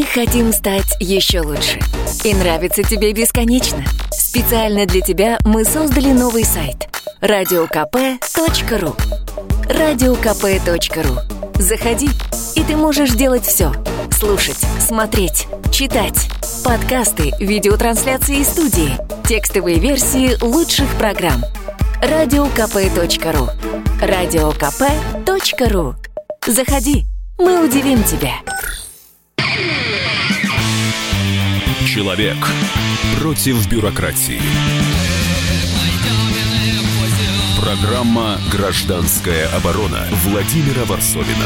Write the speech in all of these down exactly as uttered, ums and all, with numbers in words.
Мы хотим стать еще лучше. И нравится тебе бесконечно. Специально для тебя мы создали новый сайт радио ка пэ точка ру. радио ка пэ точка ру. Заходи, и ты можешь делать все. Слушать, смотреть, читать. Подкасты, видеотрансляции из студии, текстовые версии лучших программ. радио ка пэ точка ру. радио ка пэ точка ру. Заходи, мы удивим тебя. Человек против бюрократии. Программа «Гражданская оборона» Владимира Варсовина.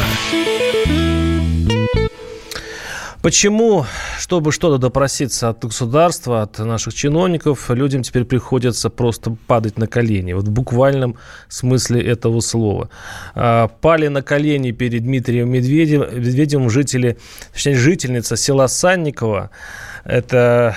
Почему, чтобы что-то допроситься от государства, от наших чиновников, людям теперь приходится просто падать на колени? Вот в буквальном смысле этого слова. Пали на колени перед Дмитрием Медведевым, Медведевым жители, точнее, жительница села Санниково. Это,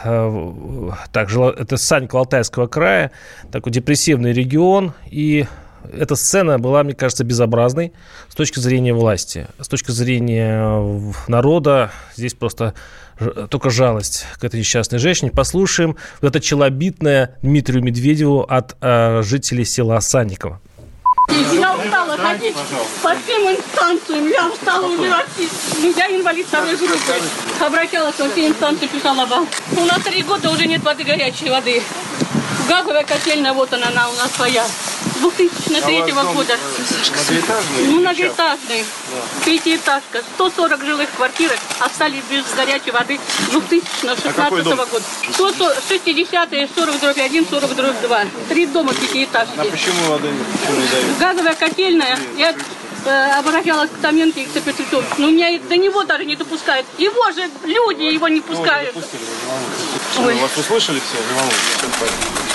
так, это Санниково Алтайского края, такой депрессивный регион. И эта сцена была, мне кажется, безобразной с точки зрения власти. С точки зрения народа здесь просто только жалость к этой несчастной женщине. Послушаем вот это челобитное Дмитрию Медведеву от э, жителей села Санниково. Я устала ходить по всем инстанциям, я устала убивать. Ну, я инвалид второй группы. Обращалась во все инстанции, писала вам. У нас три года уже нет воды, горячей воды. Газовая котельная, вот она, она у нас своя. С две тысячи третьего а года. Многоэтажный? Многоэтажный. Да. Пятиэтажка. сто сорок жилых квартирок остались без горячей воды с две тысячи шестнадцатого года. шестидесятые, сорок дробь один, сорок дробь два. Три дома пятиэтажки. А почему воды не дают? Газовая котельная. Я э, обращалась к Томенке и к Цепетриковичу. Но меня до него даже не допускают. Его же люди его не пускают. Ой. Вас услышали все?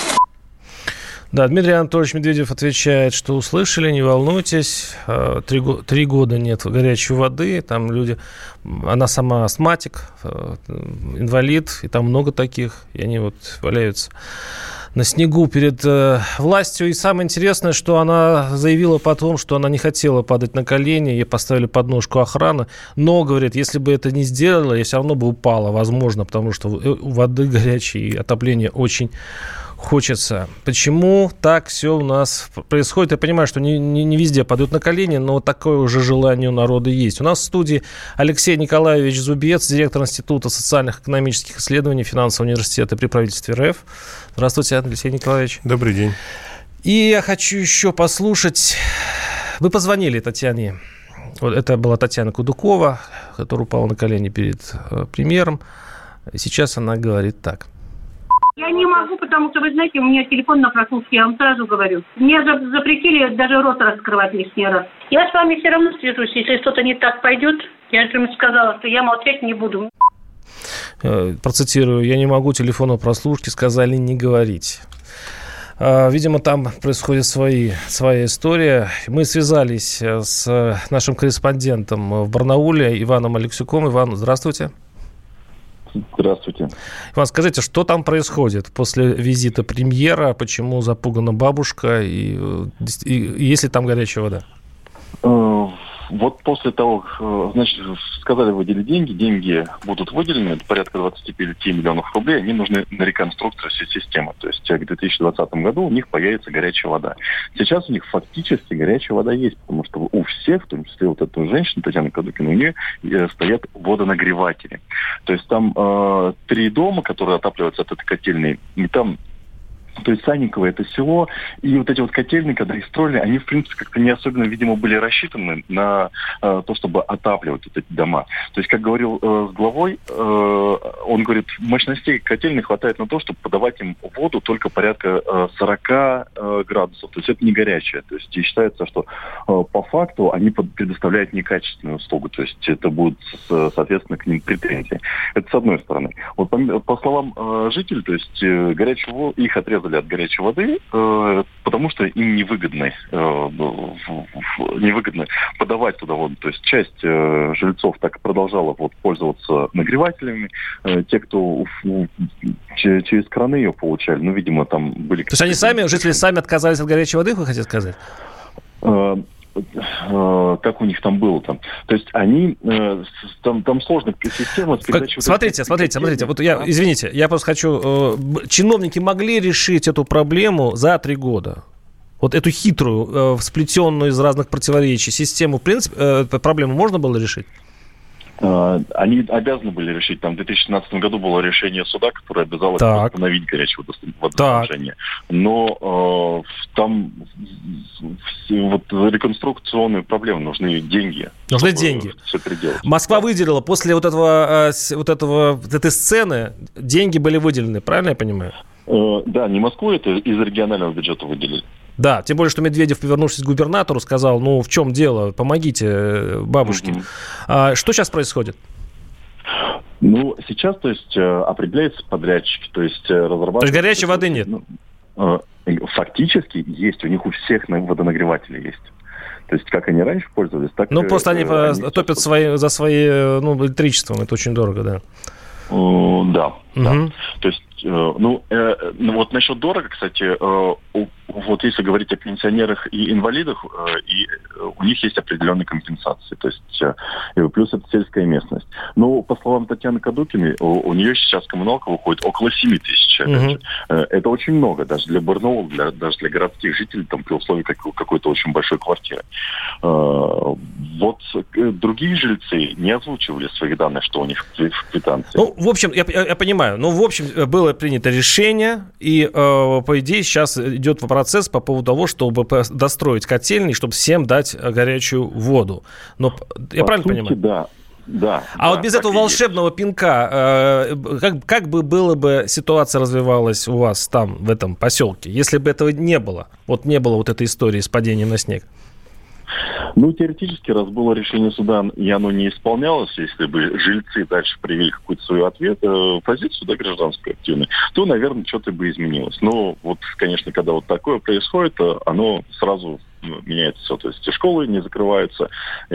Да, Дмитрий Анатольевич Медведев отвечает, что услышали, не волнуйтесь, три, три года нет горячей воды, там люди, она сама астматик, инвалид, и там много таких, и они вот валяются на снегу перед э, властью. И самое интересное, что она заявила потом, что она не хотела падать на колени, ей поставили подножку охраны, но, говорит, если бы это не сделала, я все равно бы упала, возможно, потому что воды горячей и отопления очень хочется. Почему так все у нас происходит? Я понимаю, что не, не, не везде падают на колени, но такое уже желание у народа есть. У нас в студии Алексей Николаевич Зубец, директор Института социальных и экономических исследований Финансового университета при правительстве эр эф. Здравствуйте, Алексей Николаевич. Добрый день. И я хочу еще послушать. Вы позвонили Татьяне. Вот это была Татьяна Кудукова, которая упала на колени перед э, премьером. И сейчас она говорит так. Я не могу, потому что, вы знаете, у меня телефон на прослушке, я вам сразу говорю. Мне запретили даже рот раскрывать лишний раз. Я с вами все равно свяжусь, если что-то не так пойдет. Я же им сказала, что я молчать не буду. Процитирую, я не могу, телефон на прослушке, сказали не говорить. Видимо, там происходит свои, своя история. Мы связались с нашим корреспондентом в Барнауле Иваном Алексюком. Иван, здравствуйте. Здравствуйте. Иван, скажите, что там происходит после визита премьера? Почему запугана бабушка? И, и, и есть ли там горячая вода? Вот после того, значит, сказали, выделили деньги, деньги будут выделены, порядка двадцать пять миллионов рублей, они нужны на реконструкцию всей системы. То есть к две тысячи двадцатому году у них появится горячая вода. Сейчас у них фактически горячая вода есть, потому что у всех, в том числе вот эту женщину, Татьяну Кадукину, у нее стоят водонагреватели. То есть там э, три дома, которые отапливаются от этой котельной, и там... То есть Санниково – это село, и вот эти вот котельные, когда их строили, они, в принципе, как-то не особенно, видимо, были рассчитаны на э, то, чтобы отапливать вот эти дома. То есть, как говорил э, с главой, э, он говорит, мощностей котельной хватает на то, чтобы подавать им воду только порядка э, сорок э, градусов. То есть, это не горячее. То есть, и считается, что э, по факту они предоставляют некачественную услугу. То есть, это будут, соответственно, к ним претензии. Это с одной стороны. Вот по, по словам э, жителей, то есть, э, горячую воду, их отрезали от горячей воды, э, потому что им невыгодно, э, невыгодно подавать туда воду. То есть часть э, жильцов так и продолжала вот, пользоваться нагревателями. Э, те, кто э, через краны ее получали, ну, видимо, там были... То есть они сами, жители сами отказались от горячей воды, вы хотите сказать? Э, как у них там было там. То есть они, там, там сложная система. Смотрите, смотрите, смотрите, смотрите, вот я, извините, я просто хочу, чиновники могли решить эту проблему за три года? Вот эту хитрую, сплетенную из разных противоречий систему, в принципе, проблему можно было решить? Они обязаны были решить. Там в две тысячи шестнадцатом году было решение суда, которое обязало остановить горячее водоснабжение. Но э, там вот реконструкционные проблемы, нужны деньги. Нужны деньги. Все переделать. Москва выделила после вот этого, вот этого, вот этой сцены, деньги были выделены, правильно я понимаю? Э, да, не Москву, это из регионального бюджета выделили. Да, тем более, что Медведев, повернувшись к губернатору, сказал, ну, в чем дело, помогите бабушке. Mm-hmm. А, что сейчас происходит? Ну, сейчас, то есть, определяются подрядчики, то есть, разрабатываются... То есть, горячей воды нет? Ну, фактически есть, у них у всех водонагреватели есть. То есть, как они раньше пользовались, так... Ну, просто они, они топят сейчас... свои, за свои, ну, электричеством, это очень дорого, да. Uh, да, угу. да. То есть, э, ну, э, ну, вот насчет дорого, кстати, э, у, вот если говорить о пенсионерах и инвалидах, э, и, э, у них есть определенные компенсации, то есть, э, плюс это сельская местность. Но, по словам Татьяны Кадукиной, у, у нее сейчас коммуналка выходит около семь тысяч. Угу. Э, это очень много, даже для Барнаула, для, даже для городских жителей, там, при условии как, какой-то очень большой квартиры. Э, вот э, другие жильцы не озвучивали своих данных, что у них в квитанции. Ну, в общем, я, я, я понимаю, ну, в общем, было принято решение, и, э, по идее, сейчас идет процесс по поводу того, чтобы достроить котельный, чтобы всем дать горячую воду. Но я по правильно сути, понимаю? Да. Да, а да, вот без этого волшебного есть. пинка, э, как, как бы было бы ситуация развивалась у вас там, в этом поселке, если бы этого не было? Вот не было вот этой истории с падением на снег. Ну, теоретически, раз было решение суда, и оно не исполнялось, если бы жильцы дальше привели какой-то свой ответ, э, позицию, да, гражданскую активную, то, наверное, что-то бы изменилось. Но вот, конечно, когда вот такое происходит, оно сразу меняется все. То есть и школы не закрываются,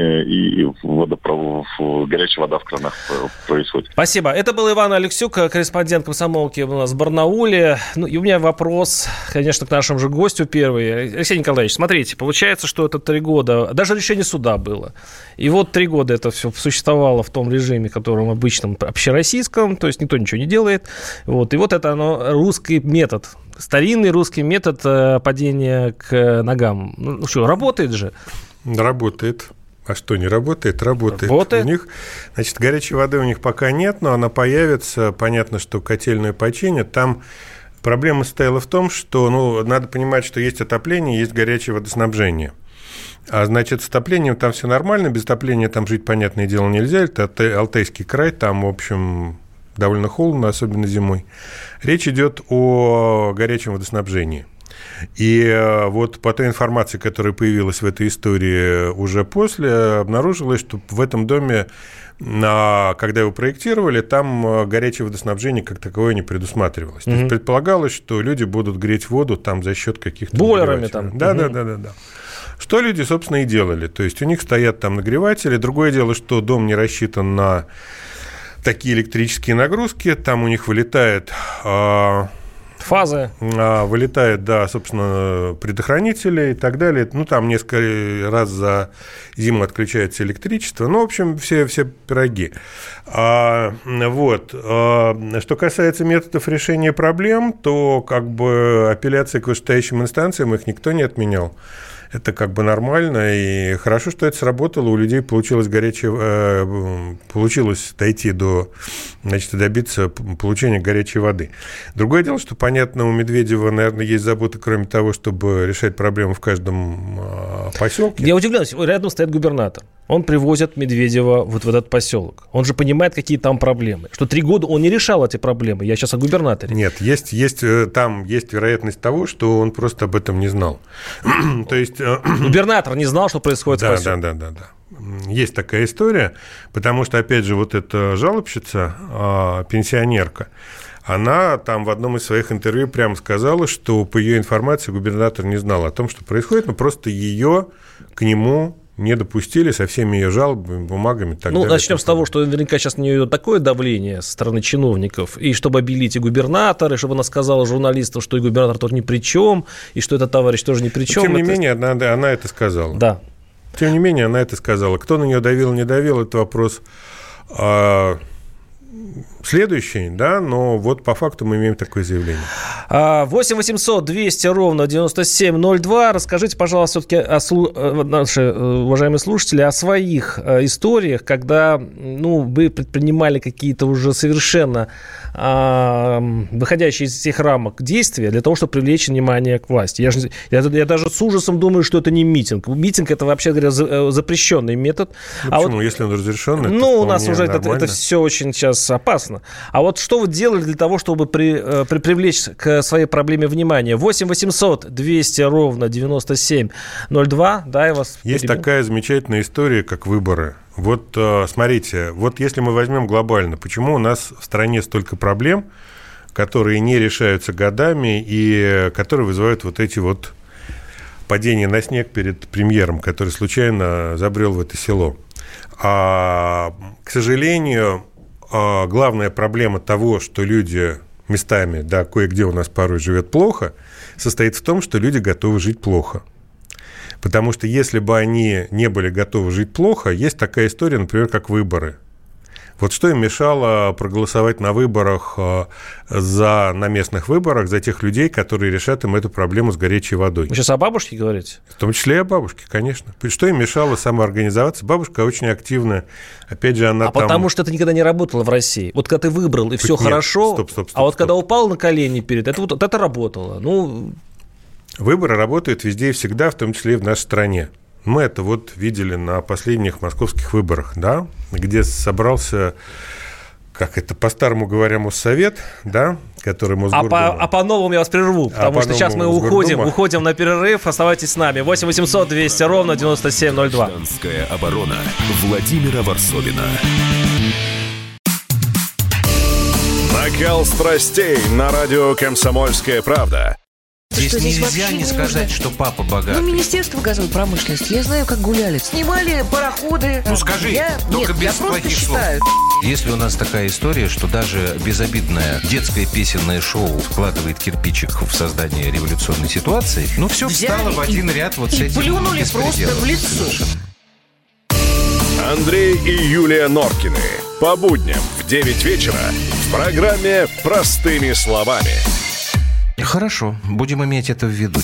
и водопровод, горячая вода в кранах происходит. Спасибо. Это был Иван Алексюк, корреспондент «Комсомолки» у нас в Барнауле. Ну, и у меня вопрос, конечно, к нашему же гостю первый. Алексей Николаевич, смотрите, получается, что это три года, даже решение суда было. И вот три года это все существовало в том режиме, которым обычном общероссийском, то есть никто ничего не делает. Вот. И вот это оно, русский метод. Старинный русский метод падения к ногам. Ну что, работает же? Работает. А что, не работает? Работает. Работает. У них, значит, горячей воды у них пока нет, но она появится. Понятно, что котельную починят. Там проблема стояла в том, что, ну, надо понимать, что есть отопление, есть горячее водоснабжение. А значит, с отоплением там все нормально, без отопления там жить, понятное дело, нельзя. Это Алтайский край, там, в общем, довольно холодно, особенно зимой. Речь идет о горячем водоснабжении. И вот по той информации, которая появилась в этой истории уже после, обнаружилось, что в этом доме, когда его проектировали, там горячее водоснабжение как таковое не предусматривалось. Mm-hmm. То есть предполагалось, что люди будут греть воду там за счет каких-то... Бойлерами там. Да, mm-hmm. да, да, да, да. Что люди, собственно, и делали. То есть у них стоят там нагреватели. Другое дело, что дом не рассчитан на такие электрические нагрузки. Там у них вылетает... Фазы. Вылетает, да, собственно, предохранители и так далее. Ну, там несколько раз за зиму отключается электричество. Ну, в общем, все, все пироги. А, вот. А, что касается методов решения проблем, то как бы апелляции к вышестоящим инстанциям их никто не отменял. Это как бы нормально, и хорошо, что это сработало, у людей получилось горячее, э, получилось дойти до, значит, добиться получения горячей воды. Другое дело, что, понятно, у Медведева, наверное, есть забота, кроме того, чтобы решать проблемы в каждом э, поселке. Я удивляюсь, рядом стоит губернатор. Он привозит Медведева вот в этот поселок. Он же понимает, какие там проблемы. Что три года он не решал эти проблемы. Я сейчас о губернаторе. Нет, есть, есть, там есть вероятность того, что он просто об этом не знал. То есть... Губернатор не знал, что происходит да, в поселке. Да, да, да, да. Есть такая история, потому что, опять же, вот эта жалобщица, пенсионерка, она там в одном из своих интервью прямо сказала, что по ее информации губернатор не знал о том, что происходит, но просто ее к нему не допустили со всеми ее жалобами, бумагами и так ну, далее. Ну, начнем с того, что наверняка сейчас на нее идет такое давление со стороны чиновников, и чтобы обелить и губернатора, и чтобы она сказала журналистам, что и губернатор тоже ни при чем, и что этот товарищ тоже ни при чем. Но, тем не это... менее, она, она это сказала. Да. Тем не менее, она это сказала. Кто на нее давил, не давил, это вопрос а, следующий, да, но вот по факту мы имеем такое заявление. восемь восемьсот двести ровно девяносто семь ноль два. Расскажите, пожалуйста, все-таки, о, наши уважаемые слушатели, о своих историях, когда, ну, вы предпринимали какие-то уже совершенно а, выходящие из этих рамок действия для того, чтобы привлечь внимание к власти. Я, же, я, я даже с ужасом думаю, что это не митинг. Митинг – это, вообще говоря, запрещенный метод. Ну, а почему? Вот, если он разрешенный, ну, у нас уже это, это все очень сейчас опасно. А вот что вы делали для того, чтобы при, при, привлечь к своей проблеме внимание? восемь восемьсот двести ровно девяносто семь ноль два. Да, я вас Есть перебил. такая замечательная история, как выборы. Вот смотрите, вот если мы возьмем глобально, почему у нас в стране столько проблем, которые не решаются годами и которые вызывают вот эти вот падения на снег перед премьером, который случайно забрел в это село. А, к сожалению, главная проблема того, что люди местами, да, кое-где у нас порой живет плохо, состоит в том, что люди готовы жить плохо. Потому что если бы они не были готовы жить плохо, есть такая история, например, как выборы. Вот что им мешало проголосовать на выборах, за, на местных выборах за тех людей, которые решат им эту проблему с горячей водой? Вы сейчас о бабушке говорите? В том числе и о бабушке, конечно. Что им мешало самоорганизоваться? Бабушка очень активная. Опять же, она а там... потому что это никогда не работало в России. Вот когда ты выбрал, и все Нет, хорошо, стоп, стоп, стоп, а вот стоп. когда упал на колени перед, это, вот, вот это работало. Ну... Выборы работают везде и всегда, в том числе и в нашей стране. Мы это вот видели на последних московских выборах, да, где собрался, как это по-старому говоря, Моссовет, да, который Мосгордума. А, по, а по-новому я вас прерву, потому а что сейчас мы уходим, уходим на перерыв. Оставайтесь с нами. восемь восемьсот двести ровно девяносто семь ноль два. Гражданская оборона Владимира Варсовина. Накал страстей на радио «Комсомольская правда». Здесь, что здесь нельзя не сказать, что папа богатый. Ну, Министерство газовой промышленности, я знаю, как гуляли. Снимали пароходы. Ну, скажи, я... только Нет, без я просто плохих считаю. слов. Если у нас такая история, что даже безобидное детское песенное шоу вкладывает кирпичик в создание революционной ситуации, ну, все встало в один ряд вот с этим. И плюнули просто в лицо. Совершенно. Андрей и Юлия Норкины. По будням в девять вечера в программе «Простыми словами». Хорошо, будем иметь это в виду.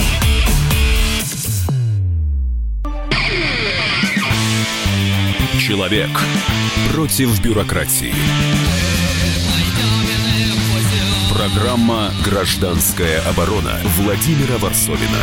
Человек против бюрократии. Программа «Гражданская оборона» Владимира Варсовина.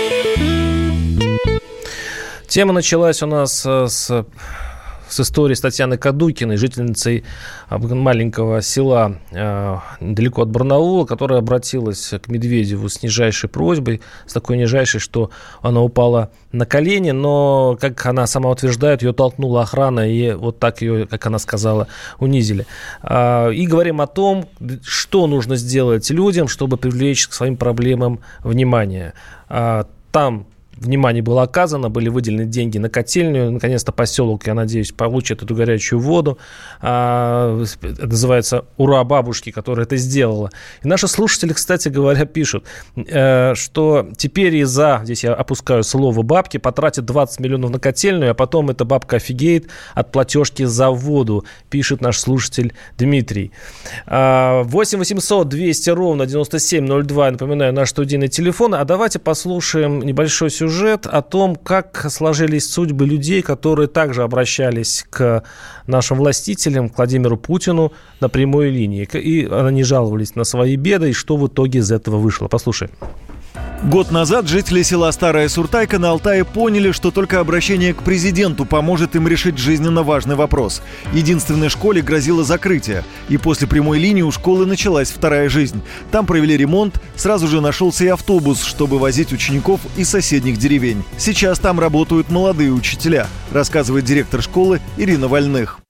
Тема началась у нас с... с историей с Татьяной Кадукиной, жительницей маленького села э, недалеко от Барнаула, которая обратилась к Медведеву с нижайшей просьбой, с такой нижайшей, что она упала на колени, но, как она сама утверждает, ее толкнула охрана, и вот так ее, как она сказала, унизили. Э, и говорим о том, что нужно сделать людям, чтобы привлечь к своим проблемам внимание. Э, там внимание было оказано, были выделены деньги на котельную. Наконец-то поселок, я надеюсь, получит эту горячую воду. А, это называется «Ура бабушке», которая это сделала. И наши слушатели, кстати говоря, пишут, э, что теперь из-за, здесь я опускаю слово «бабки», потратят двадцать миллионов на котельную, а потом эта бабка офигеет от платежки за воду, пишет наш слушатель Дмитрий. А, восемь восемьсот двести ровно девяносто семь ноль два, напоминаю, наш студийный телефон. А давайте послушаем небольшой сюжет сюжет о том, как сложились судьбы людей, которые также обращались к нашим властителям, к Владимиру Путину на прямой линии. И они жаловались на свои беды, и что в итоге из этого вышло. Послушаем. Год назад жители села Старая Суртайка на Алтае поняли, что только обращение к президенту поможет им решить жизненно важный вопрос. Единственной школе грозило закрытие, и после прямой линии у школы началась вторая жизнь. Там провели ремонт, сразу же нашелся и автобус, чтобы возить учеников из соседних деревень. Сейчас там работают молодые учителя, рассказывает директор школы Ирина Вольных.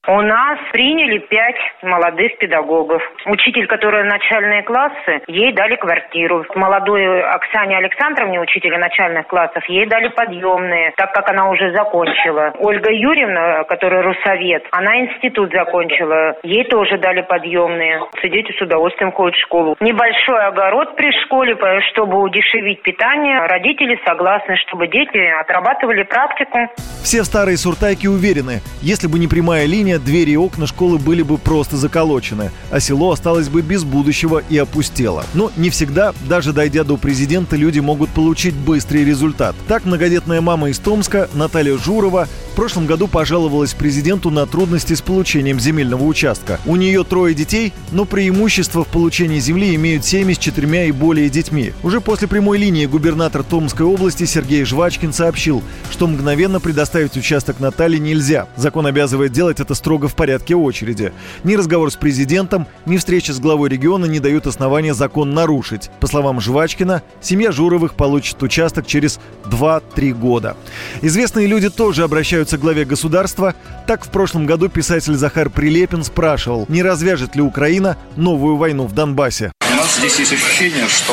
У нас приняли пять молодых педагогов. Учитель, которая начальные классы, ей дали квартиру. Молодой Оксане Александровне, учителю начальных классов, ей дали подъемные, так как она уже закончила. Ольга Юрьевна, которая руссовет, она институт закончила, ей тоже дали подъемные. Дети с удовольствием ходят в школу. Небольшой огород при школе, чтобы удешевить питание. Родители согласны, чтобы дети отрабатывали практику. Все старые суртайки уверены, если бы не прямая линия, двери и окна школы были бы просто заколочены, а село осталось бы без будущего и опустело. Но не всегда, даже дойдя до президента, люди могут получить быстрый результат. Так, многодетная мама из Томска, Наталья Журова, в прошлом году пожаловалась президенту на трудности с получением земельного участка. У нее трое детей, но преимущество в получении земли имеют семьи с четырьмя и более детьми. Уже после прямой линии губернатор Томской области Сергей Жвачкин сообщил, что мгновенно предоставить участок Наталье нельзя. Закон обязывает делать это строго в порядке очереди. Ни разговор с президентом, ни встреча с главой региона не дают основания закон нарушить. По словам Жвачкина, семья Журовых получит участок через два-три года. Известные люди тоже обращаются к главе государства. Так, в прошлом году писатель Захар Прилепин спрашивал, не развяжет ли Украина новую войну в Донбассе. У нас здесь есть ощущение, что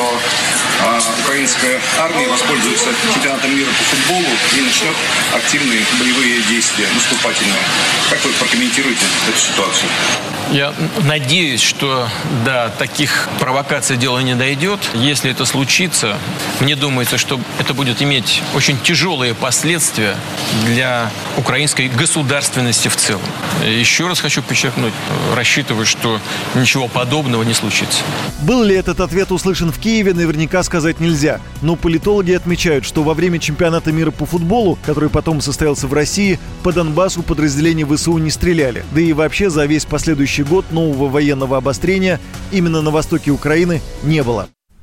э, украинская армия воспользуется чемпионатом мира по футболу и начнет активные боевые действия, наступательные. Как вы прокомментируете эту ситуацию? Я надеюсь, что до таких провокаций дело не дойдет. Если это случится, мне думается, что это будет иметь очень тяжелые последствия для украинской государственности в целом. Еще раз хочу подчеркнуть, рассчитываю, что ничего подобного не случится. Был ли этот ответ услышан в Киеве, наверняка сказать нельзя. Но политологи отмечают, что во время чемпионата мира по футболу, который потом состоялся в России, по Донбассу подразделения ВСУ не стреляли. Да и вообще за весь последующий год нового военного обострения именно на востоке Украины не было.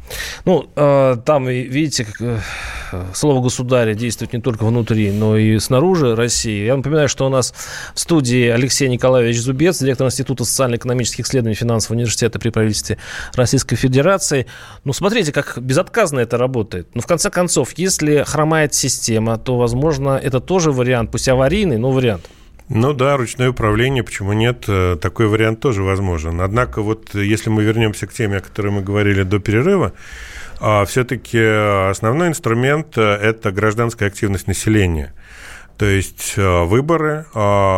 Ну, э, там, видите, как, э, слово «государя» действует не только внутри, но и снаружи России. Я напоминаю, что у нас в студии Алексей Николаевич Зубец, директор Института социально-экономических исследований Финансового университета при правительстве Российской Федерации. Ну, смотрите, как безотказно это работает. Но, в конце концов, если хромает система, то, возможно, это тоже вариант, пусть аварийный, но вариант. Ну да, ручное управление, почему нет, такой вариант тоже возможен. Однако вот если мы вернемся к теме, о которой мы говорили до перерыва, все-таки основной инструмент – это гражданская активность населения. То есть выборы,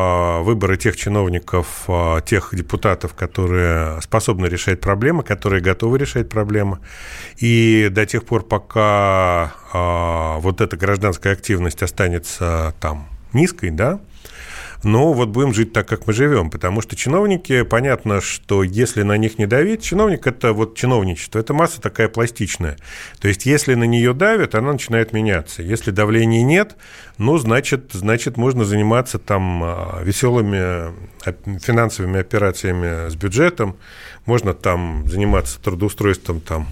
выборы тех чиновников, тех депутатов, которые способны решать проблемы, которые готовы решать проблемы. И до тех пор, пока вот эта гражданская активность останется там низкой, да, но вот будем жить так, как мы живем, потому что чиновники, понятно, что если на них не давить, чиновник – это вот чиновничество, это масса такая пластичная. То есть если на нее давят, она начинает меняться. Если давления нет, ну, значит, значит можно заниматься там веселыми финансовыми операциями с бюджетом, можно там заниматься трудоустройством там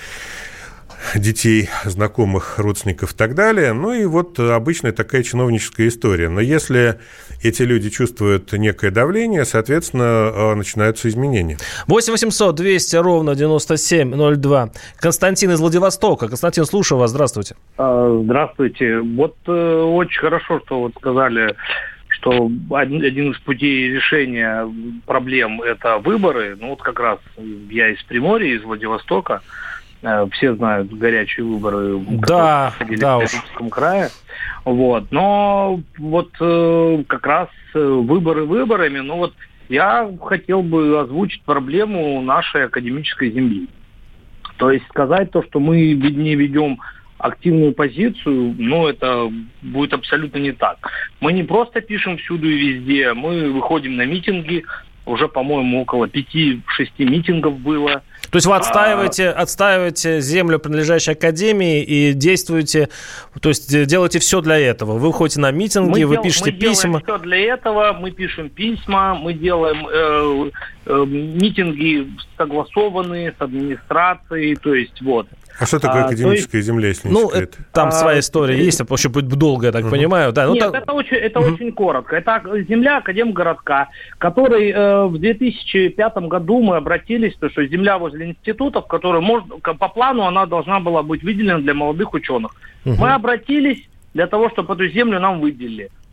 детей, знакомых, родственников и так далее. Ну и вот обычная такая чиновническая история. Но если эти люди чувствуют некое давление, соответственно, начинаются изменения. восемь восемьсот двести ровно девяносто семь ноль два. Константин из Владивостока. Константин, слушаю вас. Здравствуйте. Здравствуйте. Вот очень хорошо, что вот сказали, что один из путей решения проблем – это выборы. Ну вот как раз я из Приморья, из Владивостока. Все знают горячие выборы, да, которые проходили да в Пермском крае. Вот. Но вот э, как раз выборы выборами, но вот я хотел бы озвучить проблему нашей академической земли. То есть сказать то, что мы не ведем активную позицию, ну, это будет абсолютно не так. Мы не просто пишем всюду и везде, мы выходим на митинги, уже, по-моему, около пяти-шести митингов было. То есть вы отстаиваете, а... отстаиваете землю, принадлежащей академии, и действуете, то есть делаете все для этого. Вы выходите на митинги, мы вы дел, пишете мы письма. Мы делаем все для этого, мы пишем письма, мы делаем э, э, митинги согласованные с администрацией, то есть вот. А что такое академическая а, есть, земля, если не ну, секрет? Там а, своя история есть, а вообще будет долго, я так uh-huh. понимаю. Да, ну, Нет, так... это, очень, это uh-huh. очень коротко. Это земля Академгородка, который э, в две тысячи пятом году мы обратились, то, что земля возле институтов, которая может, по плану она должна была быть выделена для молодых ученых. Uh-huh. Мы обратились для того, чтобы эту землю нам выделили.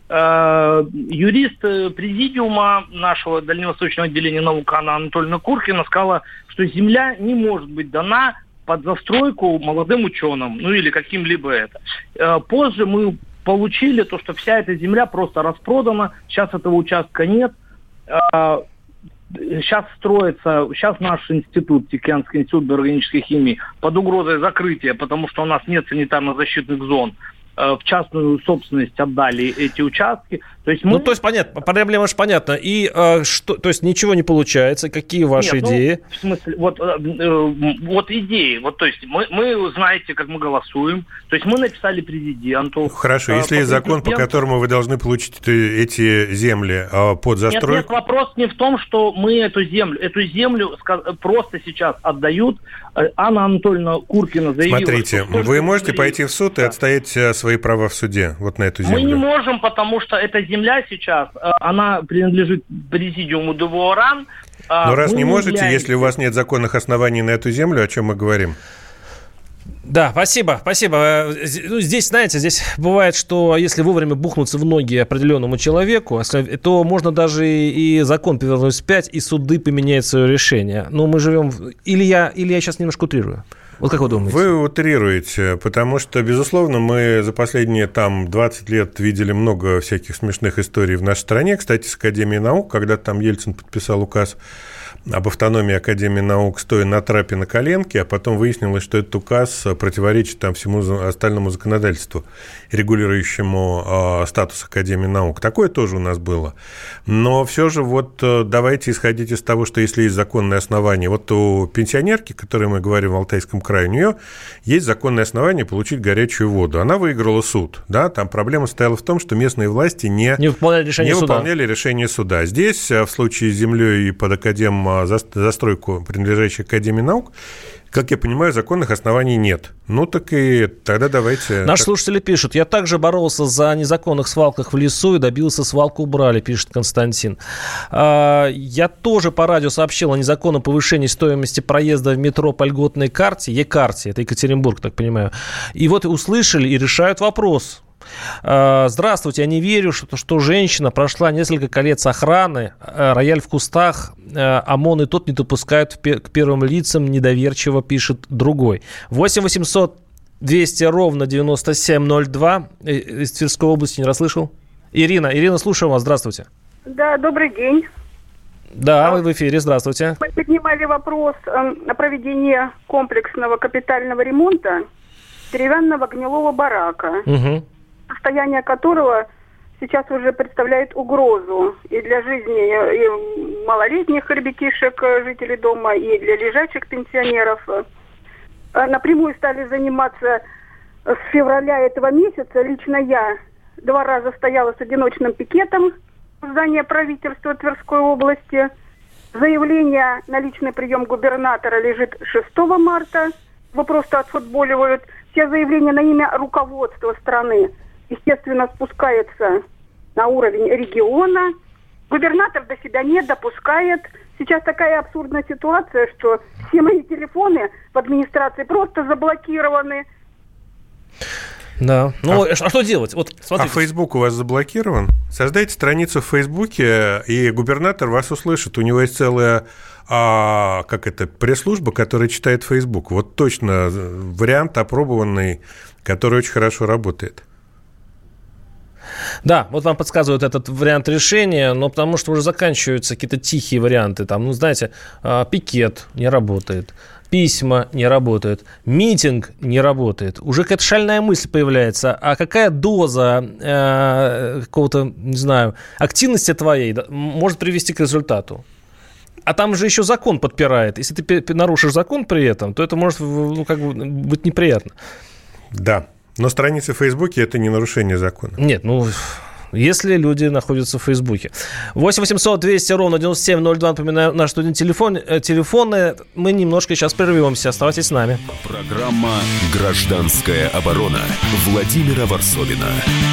э, юрист президиума нашего Дальневосточного отделения наук Анна Анатольевна Куркина сказала, что земля не может быть дана под застройку молодым ученым, ну или каким-либо это. Э, позже мы получили то, что вся эта земля просто распродана, сейчас этого участка нет. Э, Сейчас строится, сейчас наш институт, Тихоокеанский институт биологической химии, под угрозой закрытия, потому что у нас нет санитарно-защитных зон. В частную собственность отдали эти участки. То есть мы... Ну, то есть, понятно, проблема же понятна. И э, что, то есть, ничего не получается. Какие ваши Нет, идеи? Ну, в смысле, вот, э, вот идеи. Вот, то есть, мы, мы знаете, как мы голосуем. То есть, мы написали президенту. Хорошо, э, если есть закон, по которому вы должны получить эти земли э, под застройку... Нет, нет, вопрос не в том, что мы эту землю, эту землю просто сейчас отдают. Анна Анатольевна Куркина заявила... Смотрите, что вы можете пойти в суд и отстоять свои права в суде вот на эту землю? Мы не можем, потому что эта земля сейчас, она принадлежит президиуму ДВОРАН. Но раз не можете, являемся... если у вас нет законных оснований на эту землю, о чем мы говорим? Да, спасибо, спасибо. Ну, здесь, знаете, здесь бывает, что если вовремя бухнуться в ноги определенному человеку, то можно даже и закон перевернуть вспять, и суды поменяют свое решение. Но мы живем... Или я, или я сейчас немножко утрирую? Вот как вы думаете? Вы утрируете, потому что, безусловно, мы за последние там двадцать лет видели много всяких смешных историй в нашей стране. Кстати, с Академией наук, когда там Ельцин подписал указ об автономии Академии наук, стоя на трапе на коленке, а потом выяснилось, что этот указ противоречит там всему остальному законодательству, регулирующему э, статус Академии наук. Такое тоже у нас было. Но все же вот э, давайте исходить из того, что если есть законные основания, вот у пенсионерки, о которой мы говорим в Алтайском крае, у нее есть законное основание получить горячую воду. Она выиграла суд. Да? Там проблема стояла в том, что местные власти не, не выполняли решение не суда. Выполняли решение суда. Здесь, в случае с землей и под академ застройку, принадлежащую Академии наук, как я понимаю, законных оснований нет. Ну, так и тогда давайте... Наши так... слушатели пишут: я также боролся за незаконных свалках в лесу и добился, свалку убрали, пишет Константин. Я тоже по радио сообщил о незаконном повышении стоимости проезда в метро по льготной карте, Е-карте, это Екатеринбург, так понимаю. И вот услышали и решают вопрос. Здравствуйте, я не верю, что, что женщина прошла несколько колец охраны, рояль в кустах, ОМОН и тот не допускают к первым лицам, недоверчиво пишет другой. восемь восемьсот двести ровно девяносто семь ноль два. Из Тверской области не расслышал. Ирина, Ирина, слушаю вас, здравствуйте. Да, добрый день. Да, вы в эфире, здравствуйте. Мы поднимали вопрос о проведении комплексного капитального ремонта деревянного гнилого барака. Угу. Состояние которого сейчас уже представляет угрозу и для жизни и малолетних ребятишек, жителей дома, и для лежачих пенсионеров. Напрямую стали заниматься с февраля этого месяца. Лично я два раза стояла с одиночным пикетом в здании правительства Тверской области. Заявление на личный прием губернатора лежит шестого марта. Его просто отфутболивают. Все заявления на имя руководства страны, естественно, спускается на уровень региона. Губернатор до себя не допускает. Сейчас такая абсурдная ситуация, что все мои телефоны в администрации просто заблокированы. Да. Ну, а, а что делать? Вот, смотрите. А Facebook у вас заблокирован? Создайте страницу в Фейсбуке, и губернатор вас услышит. У него есть целая, а, как это, пресс-служба, которая читает Facebook. Вот точно вариант опробованный, который очень хорошо работает. Да, вот вам подсказывают этот вариант решения, но потому что уже заканчиваются какие-то тихие варианты. Там, ну, знаете, пикет не работает, письма не работают, митинг не работает. Уже какая-то шальная мысль появляется. А какая доза э, какого-то, не знаю, активности твоей может привести к результату? А там же еще закон подпирает. Если ты нарушишь закон при этом, то это может, ну, как бы быть неприятно. Да. Но страница в Фейсбуке – это не нарушение закона. Нет, ну, если люди находятся в Фейсбуке. восемь восемьсот двести ровно девяносто семь ноль два, напоминаю, наш студийный телефон. Телефоны, мы немножко сейчас прервемся. Оставайтесь с нами. Программа «Гражданская оборона» Владимира Варсовина.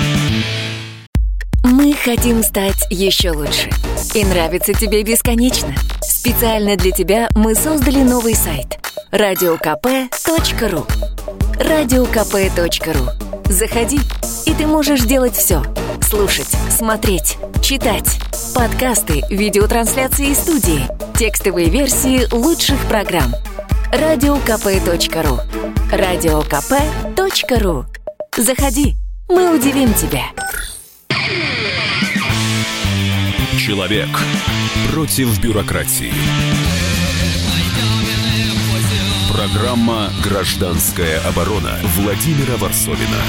Мы хотим стать еще лучше. И нравится тебе бесконечно. Специально для тебя мы создали новый сайт – радио ка пэ точка ру. радио ка пэ точка ру. Заходи, и ты можешь делать все. Слушать, смотреть, читать. Подкасты, видеотрансляции из студии. Текстовые версии лучших программ. радиокп.ру. радиокп.ру. Заходи, мы удивим тебя. Человек против бюрократии. Программа «Гражданская оборона» Владимира Варсовина.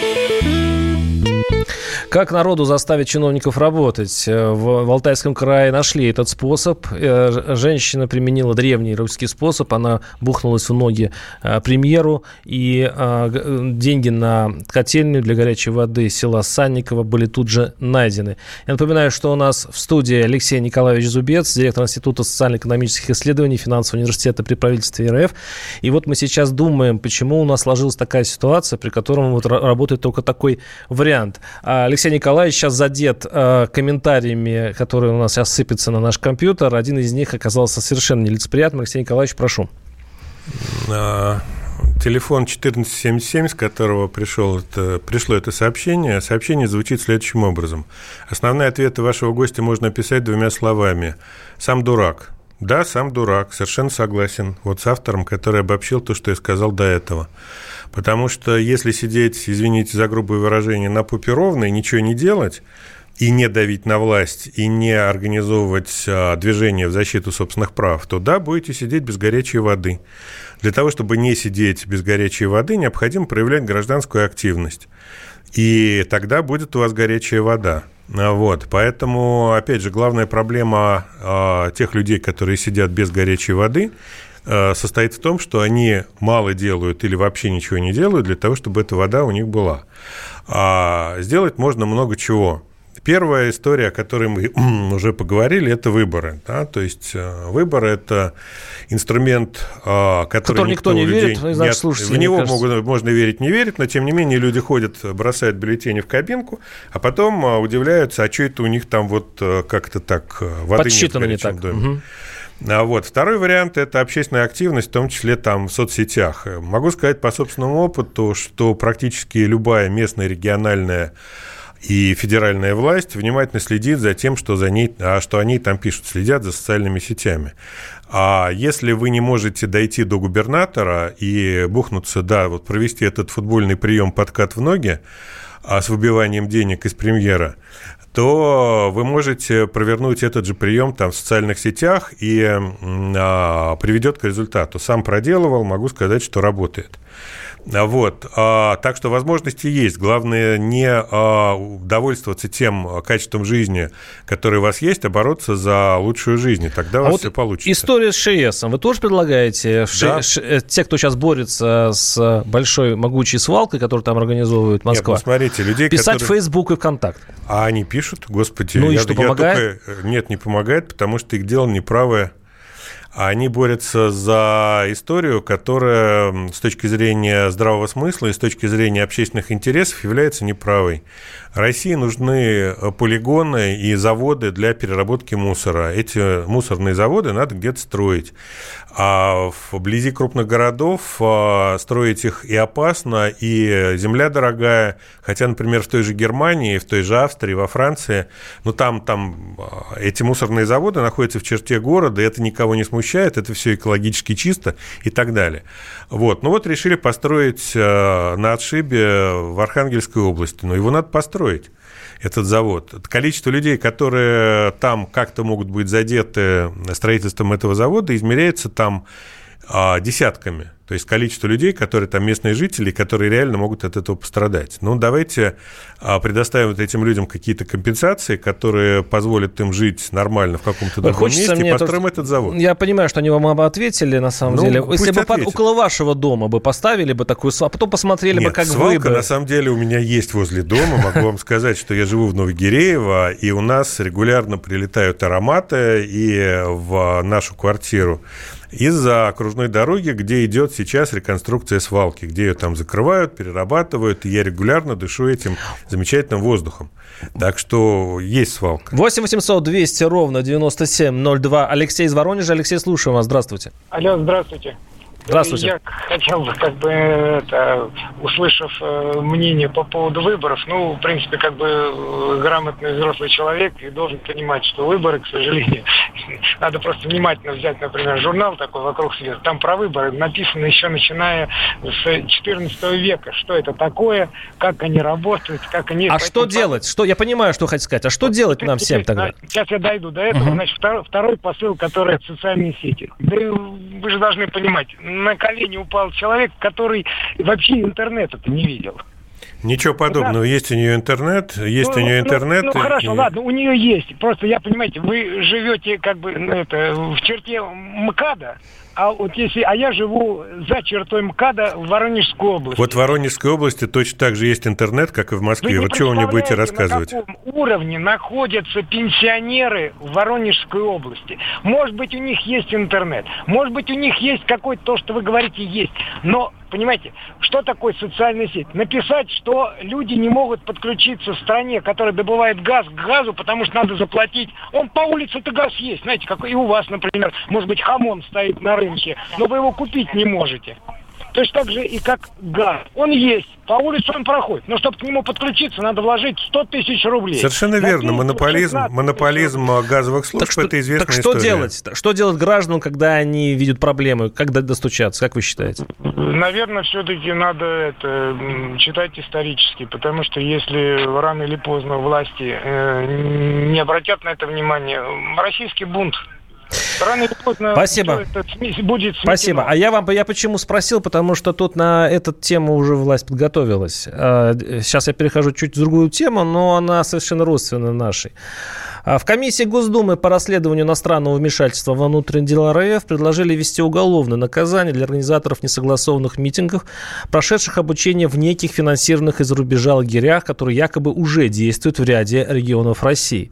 Как народу заставить чиновников работать? В, в Алтайском крае нашли этот способ. Женщина применила древний русский способ. Она бухнулась в ноги премьеру. И деньги на котельную для горячей воды села Санниково были тут же найдены. Я напоминаю, что у нас в студии Алексей Николаевич Зубец, директор Института социально-экономических исследований Финансового университета при правительстве эр эф. И вот мы сейчас думаем, почему у нас сложилась такая ситуация, при котором вот работает только такой вариант. Алексей Николаевич сейчас задет э, комментариями, которые у нас сейчас сыпятся на наш компьютер. Один из них оказался совершенно нелицеприятным. Алексей Николаевич, прошу. А, телефон четырнадцать семьдесят семь, с которого пришел это, пришло это сообщение. Сообщение звучит следующим образом. Основные ответы вашего гостя можно описать двумя словами. Сам дурак. Да, сам дурак, совершенно согласен. Вот с автором, который обобщил то, что я сказал до этого. Потому что если сидеть, извините за грубое выражение, на попе ровно и ничего не делать, и не давить на власть, и не организовывать а, движение в защиту собственных прав, то да, будете сидеть без горячей воды. Для того, чтобы не сидеть без горячей воды, необходимо проявлять гражданскую активность. И тогда будет у вас горячая вода. Вот, поэтому, опять же, главная проблема а, тех людей, которые сидят без горячей воды, а, состоит в том, что они мало делают или вообще ничего не делают для того, чтобы эта вода у них была. А сделать можно много чего. Первая история, о которой мы уже поговорили, это выборы. Да? То есть выборы – это инструмент, который, который никто, никто не верит, не от... в него могут, можно верить, не верить, но тем не менее люди ходят, бросают бюллетени в кабинку, а потом удивляются, а что это у них там вот как-то так воды нет в горячем доме. Угу. А вот. Второй вариант – это общественная активность, в том числе там в соцсетях. Могу сказать по собственному опыту, что практически любая местная, региональная и федеральная власть внимательно следит за тем, что, за ней, а что они там пишут, следят за социальными сетями. А если вы не можете дойти до губернатора и бухнуться, да, вот провести этот футбольный прием подкат в ноги а с выбиванием денег из премьера, то вы можете провернуть этот же прием там в социальных сетях и а, приведет к результату. Сам проделывал, могу сказать, что работает. Вот. А, так что возможности есть. Главное не а, довольствоваться тем качеством жизни, которое у вас есть, а бороться за лучшую жизнь. И тогда у вас а все вот получится. История с ШИЭСом. Вы тоже предлагаете, да. ш... те, кто сейчас борется с большой могучей свалкой, которую там организовывает Москва, Нет, ну, смотрите, людей, писать которые... в Facebook и ВКонтакте? А они пишут, господи. Ну и я, что, я помогает? Только... Нет, не помогает, потому что их дело неправое. Они борются за историю, которая с точки зрения здравого смысла и с точки зрения общественных интересов является неправой. России нужны полигоны и заводы для переработки мусора. Эти мусорные заводы надо где-то строить. А вблизи крупных городов строить их и опасно, и земля дорогая. Хотя, например, в той же Германии, в той же Австрии, во Франции, ну там, там эти мусорные заводы находятся в черте города, и это никого не смущает, это все экологически чисто и так далее. Вот. Ну вот решили построить на отшибе в Архангельской области, но его надо построить. Этот завод. Количество людей, которые там как-то могут быть задеты строительством этого завода, измеряется там а, десятками. То есть количество людей, которые там местные жители, которые реально могут от этого пострадать. Ну, давайте а, предоставим вот этим людям какие-то компенсации, которые позволят им жить нормально в каком-то другом Хочется месте, и построим тут... этот завод. Я понимаю, что они вам ответили, на самом ну, деле. Если бы под, около вашего дома бы поставили бы такую свалку, а потом посмотрели Нет, бы, как свалка, вы бы... на самом деле, у меня есть возле дома. Могу вам сказать, что я живу в Новогиреево, и у нас регулярно прилетают ароматы и в нашу квартиру из-за окружной дороги, где идет сейчас реконструкция свалки, где ее там закрывают, перерабатывают, и я регулярно дышу этим замечательным воздухом. Так что есть свалка. восемь восемьсот двести ровно девяносто семь ноль два. Алексей из Воронежа. Алексей, слушаю вас. Здравствуйте. Алло, здравствуйте. Здравствуйте. Я хотел бы, как бы, это, услышав э, мнение по поводу выборов, ну, в принципе, как бы э, грамотный взрослый человек и должен понимать, что выборы, к сожалению, надо просто внимательно взять, например, журнал такой «Вокруг света». Там про выборы написано еще начиная с четырнадцатого века. Что это такое, как они работают, как они... А что делать? Что, я понимаю, что хотите сказать. А что делать нам всем тогда? Сейчас я дойду до этого. Uh-huh. Значит, второй, второй посыл, который это социальные сети. Да вы же должны понимать, на колени упал человек, который вообще интернета-то не видел. Ничего подобного. Да. Есть у нее интернет, есть ну, у нее интернет. Ну, ну хорошо, и... ладно, у нее есть. Просто я, понимаете, вы живете как бы ну, это, в черте МКАДа, а вот если, а я живу за чертой МКАДа в Воронежской области. Вот в Воронежской области точно так же есть интернет, как и в Москве. Вот чего вы мне будете рассказывать? На каком уровне находятся пенсионеры в Воронежской области? Может быть, у них есть интернет, может быть, у них есть какое-то то, что вы говорите, есть. Но, понимаете, что такое социальная сеть? Написать, что люди не могут подключиться в стране, которая добывает газ, к газу, потому что надо заплатить. Он по улице-то газ есть, знаете, как и у вас, например. Может быть, хамон стоит на рынке, но вы его купить не можете. Точно так же и как газ. Он есть, по улице он проходит. Но чтобы к нему подключиться, надо вложить сто тысяч рублей. Совершенно верно. Монополизм, монополизм газовых служб, что, это известная так что история. делать? Что делать гражданам, когда они видят проблемы? Как достучаться, как вы считаете? Наверное, все-таки надо это, читать исторически, потому что если рано или поздно власти э, не обратят на это внимание, российский бунт. Рано или поздно Спасибо. Это будет сметено. Спасибо. А я вам я почему спросил, потому что тут на эту тему уже власть подготовилась. Сейчас я перехожу чуть в другую тему, но она совершенно родственна нашей. В комиссии Госдумы по расследованию иностранного вмешательства во внутренние дела РФ предложили ввести уголовное наказание для организаторов несогласованных митингов, прошедших обучение в неких финансированных из-за рубежа лагерях, которые якобы уже действуют в ряде регионов России.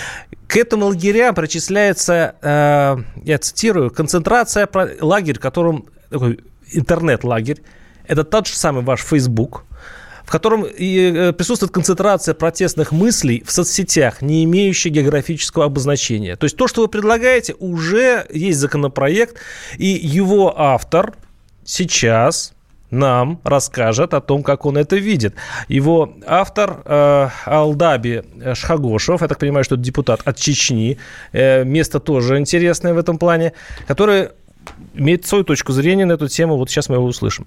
К этому лагерям причисляется, э, я цитирую, концентрация, лагерь, в котором, такой интернет-лагерь, это тот же самый ваш Facebook, в котором и присутствует концентрация протестных мыслей в соцсетях, не имеющие географического обозначения. То есть то, что вы предлагаете, уже есть законопроект, и его автор сейчас нам расскажет о том, как он это видит. Его автор э, Алдаби Шхагошев, я так понимаю, что это депутат от Чечни, э, место тоже интересное в этом плане, который имеет свою точку зрения на эту тему. Вот сейчас мы его услышим.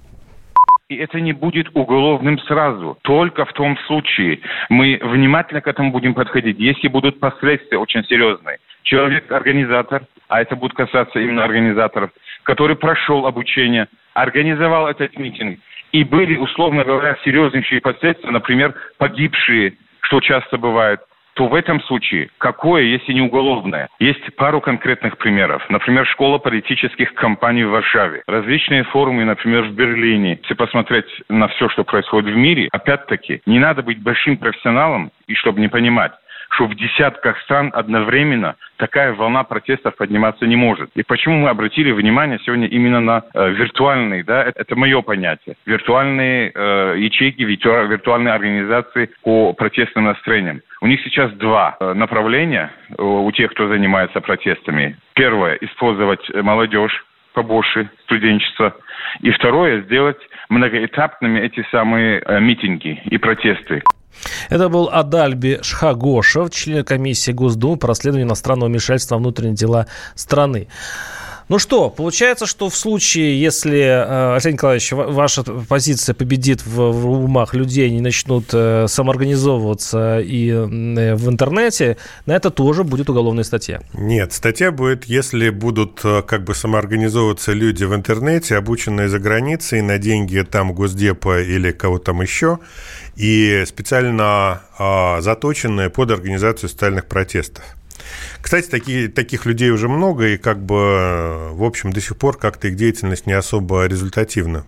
И это не будет уголовным сразу. Только в том случае мы внимательно к этому будем подходить, если будут последствия очень серьезные. Человек-организатор, а это будет касаться именно организаторов, который прошел обучение, организовал этот митинг, и были, условно говоря, серьезнейшие последствия, например, погибшие, что часто бывает, то в этом случае какое, если не уголовное? Есть пару конкретных примеров. Например, школа политических кампаний в Варшаве. Различные форумы, например, в Берлине. Если посмотреть на все, что происходит в мире, опять-таки, не надо быть большим профессионалом, и чтобы не понимать, что в десятках стран одновременно такая волна протестов подниматься не может. И почему мы обратили внимание сегодня именно на э, виртуальные, да, это, это мое понятие, виртуальные э, ячейки, вирту, виртуальные организации по протестным настроениям. У них сейчас два э, направления э, у тех, кто занимается протестами. Первое – использовать молодежь побольше, студенчество. И второе – сделать многоэтапными эти самые э, митинги и протесты. Это был Адальби Шхагошев, член комиссии Госдумы по расследованию иностранного вмешательства во внутренние дела страны. Ну что, получается, что в случае, если, Алексей Николаевич, ваша позиция победит в, в умах людей, они начнут э, самоорганизовываться и э, в интернете, на это тоже будет уголовная статья. Нет, статья будет, если будут как бы самоорганизовываться люди в интернете, обученные за границей на деньги там Госдепа или кого-то там еще, и специально э, заточенные под организацию социальных протестов. Кстати, такие, таких людей уже много, и как бы, в общем, до сих пор как-то их деятельность не особо результативна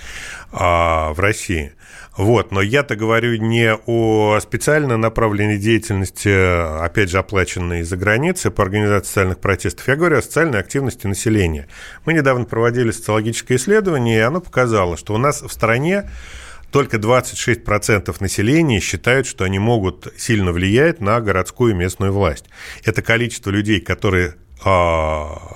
а, в России. Вот, но я-то говорю не о специально направленной деятельности, опять же, оплаченной из-за границы по организации социальных протестов. Я говорю о социальной активности населения. Мы недавно проводили социологическое исследование, и оно показало, что у нас в стране только двадцать шесть процентов населения считают, что они могут сильно влиять на городскую и местную власть. Это количество людей, которые э,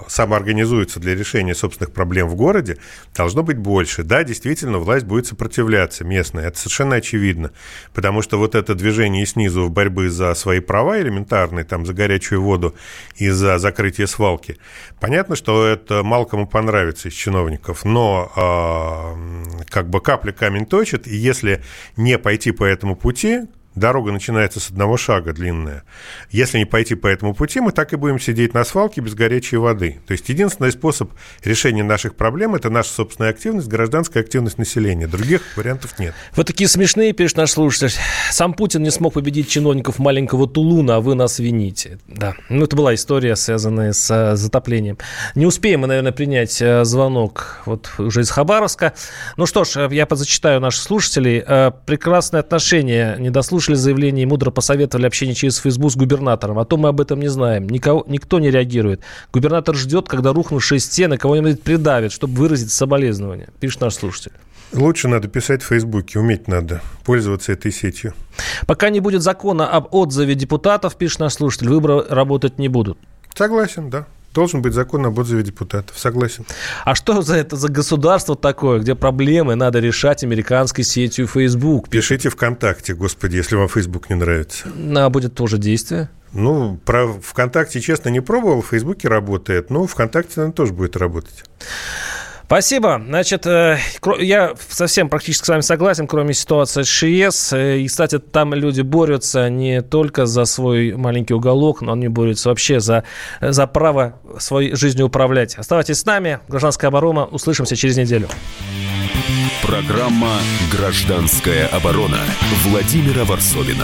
самоорганизуются для решения собственных проблем в городе, должно быть больше. Да, действительно, власть будет сопротивляться, местная, это совершенно очевидно, потому что вот это движение снизу в борьбы за свои права элементарные, там, за горячую воду и за закрытие свалки, понятно, что это мало кому понравится из чиновников, но э, как бы капля камень точит, и если не пойти по этому пути, дорога начинается с одного шага длинная. Если не пойти по этому пути, мы так и будем сидеть на свалке без горячей воды. То есть единственный способ решения наших проблем – это наша собственная активность, гражданская активность населения. Других вариантов нет. Вот такие смешные, пишет наш слушатель. Сам Путин не смог победить чиновников маленького Тулуна, а вы нас вините. Да, ну это была история, связанная с затоплением. Не успеем мы, наверное, принять звонок вот уже из Хабаровска. Ну что ж, я позачитаю наших слушателей. Прекрасные отношения, недослушали заявление и мудро посоветовали общение через Facebook с губернатором. А то мы об этом не знаем. Никого, никто не реагирует. Губернатор ждет, когда рухнувшие стены кого-нибудь придавят, чтобы выразить соболезнования. Пишет наш слушатель. Лучше надо писать в Фейсбуке, уметь надо пользоваться этой сетью. Пока не будет закона об отзыве депутатов, пишет наш слушатель, выборы работать не будут. Согласен, да. Должен быть закон об отзыве депутатов. Согласен. А что за это за государство такое, где проблемы надо решать американской сетью Facebook? Пишите ВКонтакте, господи, если вам Facebook не нравится. А будет тоже действие? Ну, про ВКонтакте, честно, не пробовал. В Фейсбуке работает, но ВКонтакте, наверное, тоже будет работать. Спасибо. Значит, я совсем практически с вами согласен, кроме ситуации с ШИЭС. И, кстати, там люди борются не только за свой маленький уголок, но они борются вообще за, за право своей жизнью управлять. Оставайтесь с нами. Гражданская оборона. Услышимся через неделю. Программа «Гражданская оборона» Владимира Варсовина.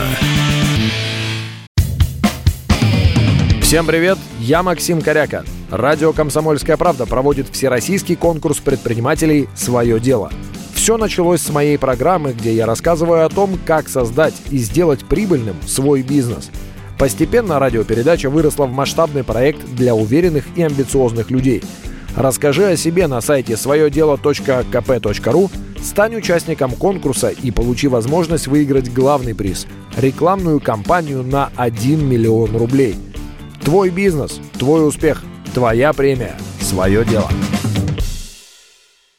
Всем привет, я Максим Коряка. Радио «Комсомольская правда» проводит всероссийский конкурс предпринимателей «Свое дело». Все началось с моей программы, где я рассказываю о том, как создать и сделать прибыльным свой бизнес. Постепенно радиопередача выросла в масштабный проект для уверенных и амбициозных людей. Расскажи о себе на сайте свое дело точка ка пэ точка ру, стань участником конкурса и получи возможность выиграть главный приз – рекламную кампанию на один миллион рублей. Твой бизнес, твой успех, твоя премия, свое дело.